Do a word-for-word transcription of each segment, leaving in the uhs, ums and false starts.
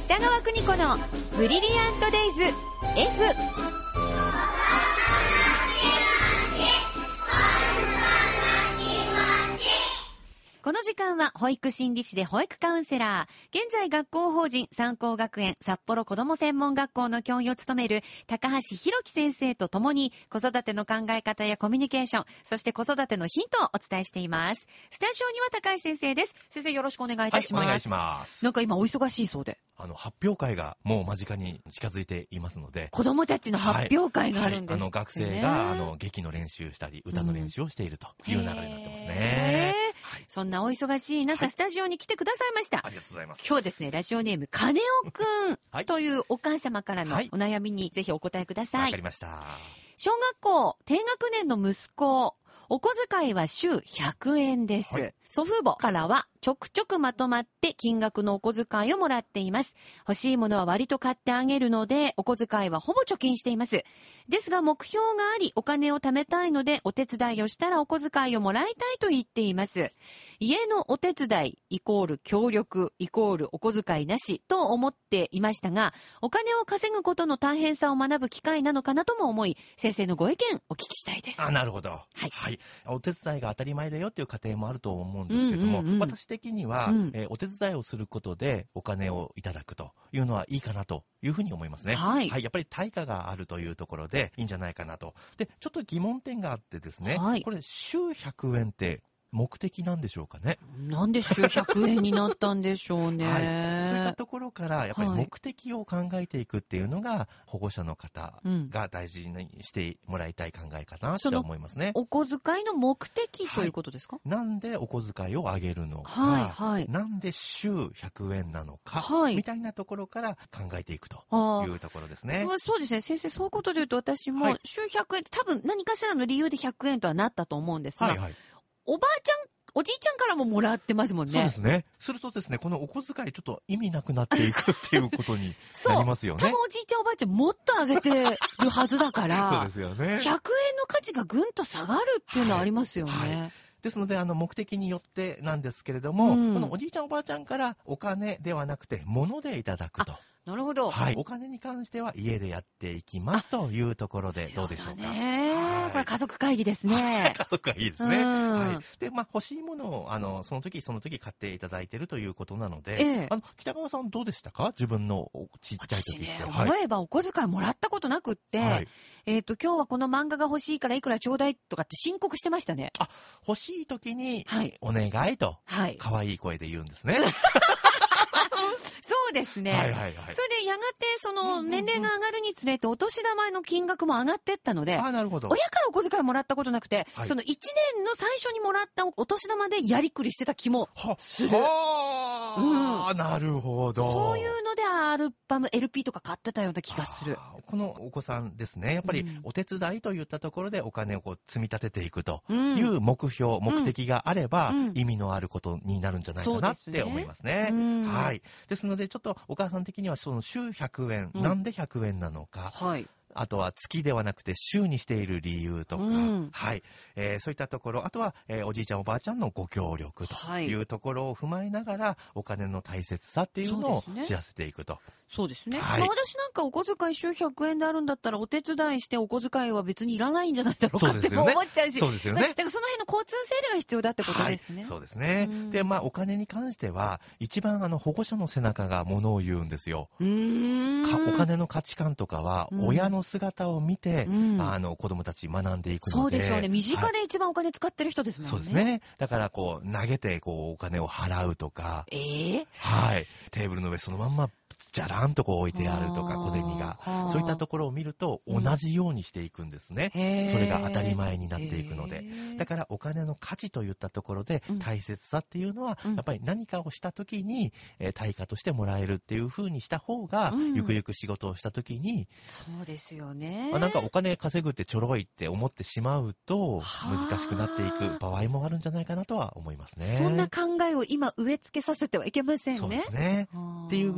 北川邦子のブリリアントデイズ F。 この時間は保育心理士で保育カウンセラー、現在学校法人三高学園札幌子ども専門学校の教諭を務める高橋弘樹先生とともに、子育ての考え方やコミュニケーション、そして子育てのヒントをお伝えしています。スタジオには高橋先生です。先生、よろしくお願いいたします。 はい、お願いします。 なんか今お忙しいそうで、 あの発表会がもう間近に近づいていますので、 子供たちの発表会があるんですってね、 はいはい、あの学生があの劇の練習したり歌の練習をしているという流れになってますね、 はい、そんなお忙しい中、はい、スタジオに来てくださいました。 ありがとうございます。 今日ですね、ラジオネーム金尾くんというお母様からのお悩みにぜひお答えください。 わかりました。 小学校低学年の息子、お小遣いは週ひゃくえんです、はい、祖父母からはちょくちょくまとまって金額のお小遣いをもらっています。欲しいものは割と買ってあげるので、お小遣いはほぼ貯金しています。ですが目標があり、お金を貯めたいので、お手伝いをしたらお小遣いをもらいたいと言っています。家のお手伝いイコール協力イコールお小遣いなしと思っていましたが、お金を稼ぐことの大変さを学ぶ機会なのかなとも思い、先生のご意見お聞きしたいです。 あ、なるほど、はい、はい、お手伝いが当たり前だよっていう家庭もあると思うんですけども、うんうんうん、私的には、うんえー、お手伝いをすることでお金をいただくというのはいいかなというふうに思いますね。はい、はい、やっぱり対価があるというところでいいんじゃないかなと。で、ちょっと疑問点があってですね、はい、これ週ひゃくえんって目的なんでしょうかね。 なんで週ひゃくえんになったんでしょうね、 はい、そういったところからやっぱり目的を考えていくっていうのが保護者の方が大事にしてもらいたい考えかなって思いますね。 お小遣いの目的ということですか？ はい、なんでお小遣いをあげるのか、はいはい、なんで週ひゃくえんなのか、はい、みたいなところから考えていくというところですね。 そうですね、先生、そういうことで言うと私も週ひゃくえんって多分何かしらの理由でひゃくえんとはなったと思うんですが、はいはい、おばあちゃんおじいちゃんからももらってますもんね。 そうですね。するとですね、このお小遣いちょっと意味なくなっていくっていうことになりますよね。 そう、多分おじいちゃんおばあちゃんもっと上げてるはずだからそうですよね。 ひゃくえんの価値がぐんと下がるっていうのはありますよね。はいはい、 ですので、あの目的によってなんですけれども、うん、このおじいちゃんおばあちゃんからお金ではなくて物でいただくと。 なるほど、 はい、お金に関しては家でやっていきますというところでどうでしょうか。ね、 はい、これ家族会議ですね。 家族会議ですね、はい、で、まあ、欲しいものをあのその時その時買っていただいているということなので、ええ、あの北川さんどうでしたか、自分のちっちゃい時って。 私ね、思えばお小遣いもらったことなくって、はい、えっと今日はこの漫画が欲しいからいくらちょうだいとかって申告してましたね。 あ、欲しい時にお願いと、はい、可愛い声で言うんですね。 そうですね、はいはいはい、それでやがてその年齢が上がるにつれてお年玉の金額も上がってったので、 あ、なるほど、 親からお小遣いもらったことなくて、はい、そのいちねんの最初にもらったお年玉でやりくりしてた気もする。 はあ、うん、なるほど。 そういうのでアルバム エルピー とか買ってたような気がする。 このお子さんですね、やっぱりお手伝いといったところでお金をこう積み立てていくという目標、うん、目的があれば、うん、意味のあることになるんじゃないかなって思いますね。うん、はい。ですのでちょっとお母さん的にはその週ひゃくえん、うん、なんでひゃくえんなのか、はい、あとは月ではなくて週にしている理由とか、うん、はい、えー、そういったところ、あとは、えー、おじいちゃんおばあちゃんのご協力というところを踏まえながら、はい、お金の大切さっていうのを知らせていくと。 そうですね。はい、まあ、私なんかお小遣い週ひゃくえんであるんだったらお手伝いしてお小遣いは別にいらないんじゃないだろうかって思っちゃうし。 そうですよね。 だからその辺の交通整理が必要だってことですね。はい、 そうですね。で、まあお金に関しては一番あの保護者の背中がものを言うんですよ。うーん、かお金の価値観とかは親の姿を見て、うん、あの子供たち学んでいくので。 そうでしょうね。身近で一番お金使ってる人ですもんね。 そうですね。だからこう投げてこうお金を払うとか。 えー、 はい。テーブルの上そのまんまじゃらんとこう置いてあるとか小銭が、そういったところを見ると同じようにしていくんですね、うん、それが当たり前になっていくので、だからお金の価値といったところで大切さっていうのは、うん、やっぱり何かをした時に、えー、対価としてもらえるっていう風にした方が、うん、ゆくゆく仕事をした時に、 そうですよね、 まあ、なんかお金稼ぐってちょろいって思ってしまうと難しくなっていく場合もあるんじゃないかなとは思いますね。 そんな考えを今植え付けさせてはいけませんね。 そうですね。っていうぐらい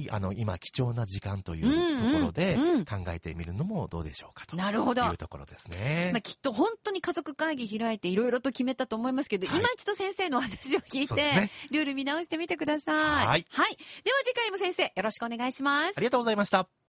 り、あの、今、貴重な時間というところで考えてみるのもどうでしょうかと。 なるほど。 いうところですね。 まあ、きっと本当に家族会議開いていろいろと決めたと思いますけど、はい、今一度先生のお話を聞いて、ね、ルール見直してみてください。 はい。 はい。では次回も先生、よろしくお願いします。 ありがとうございました。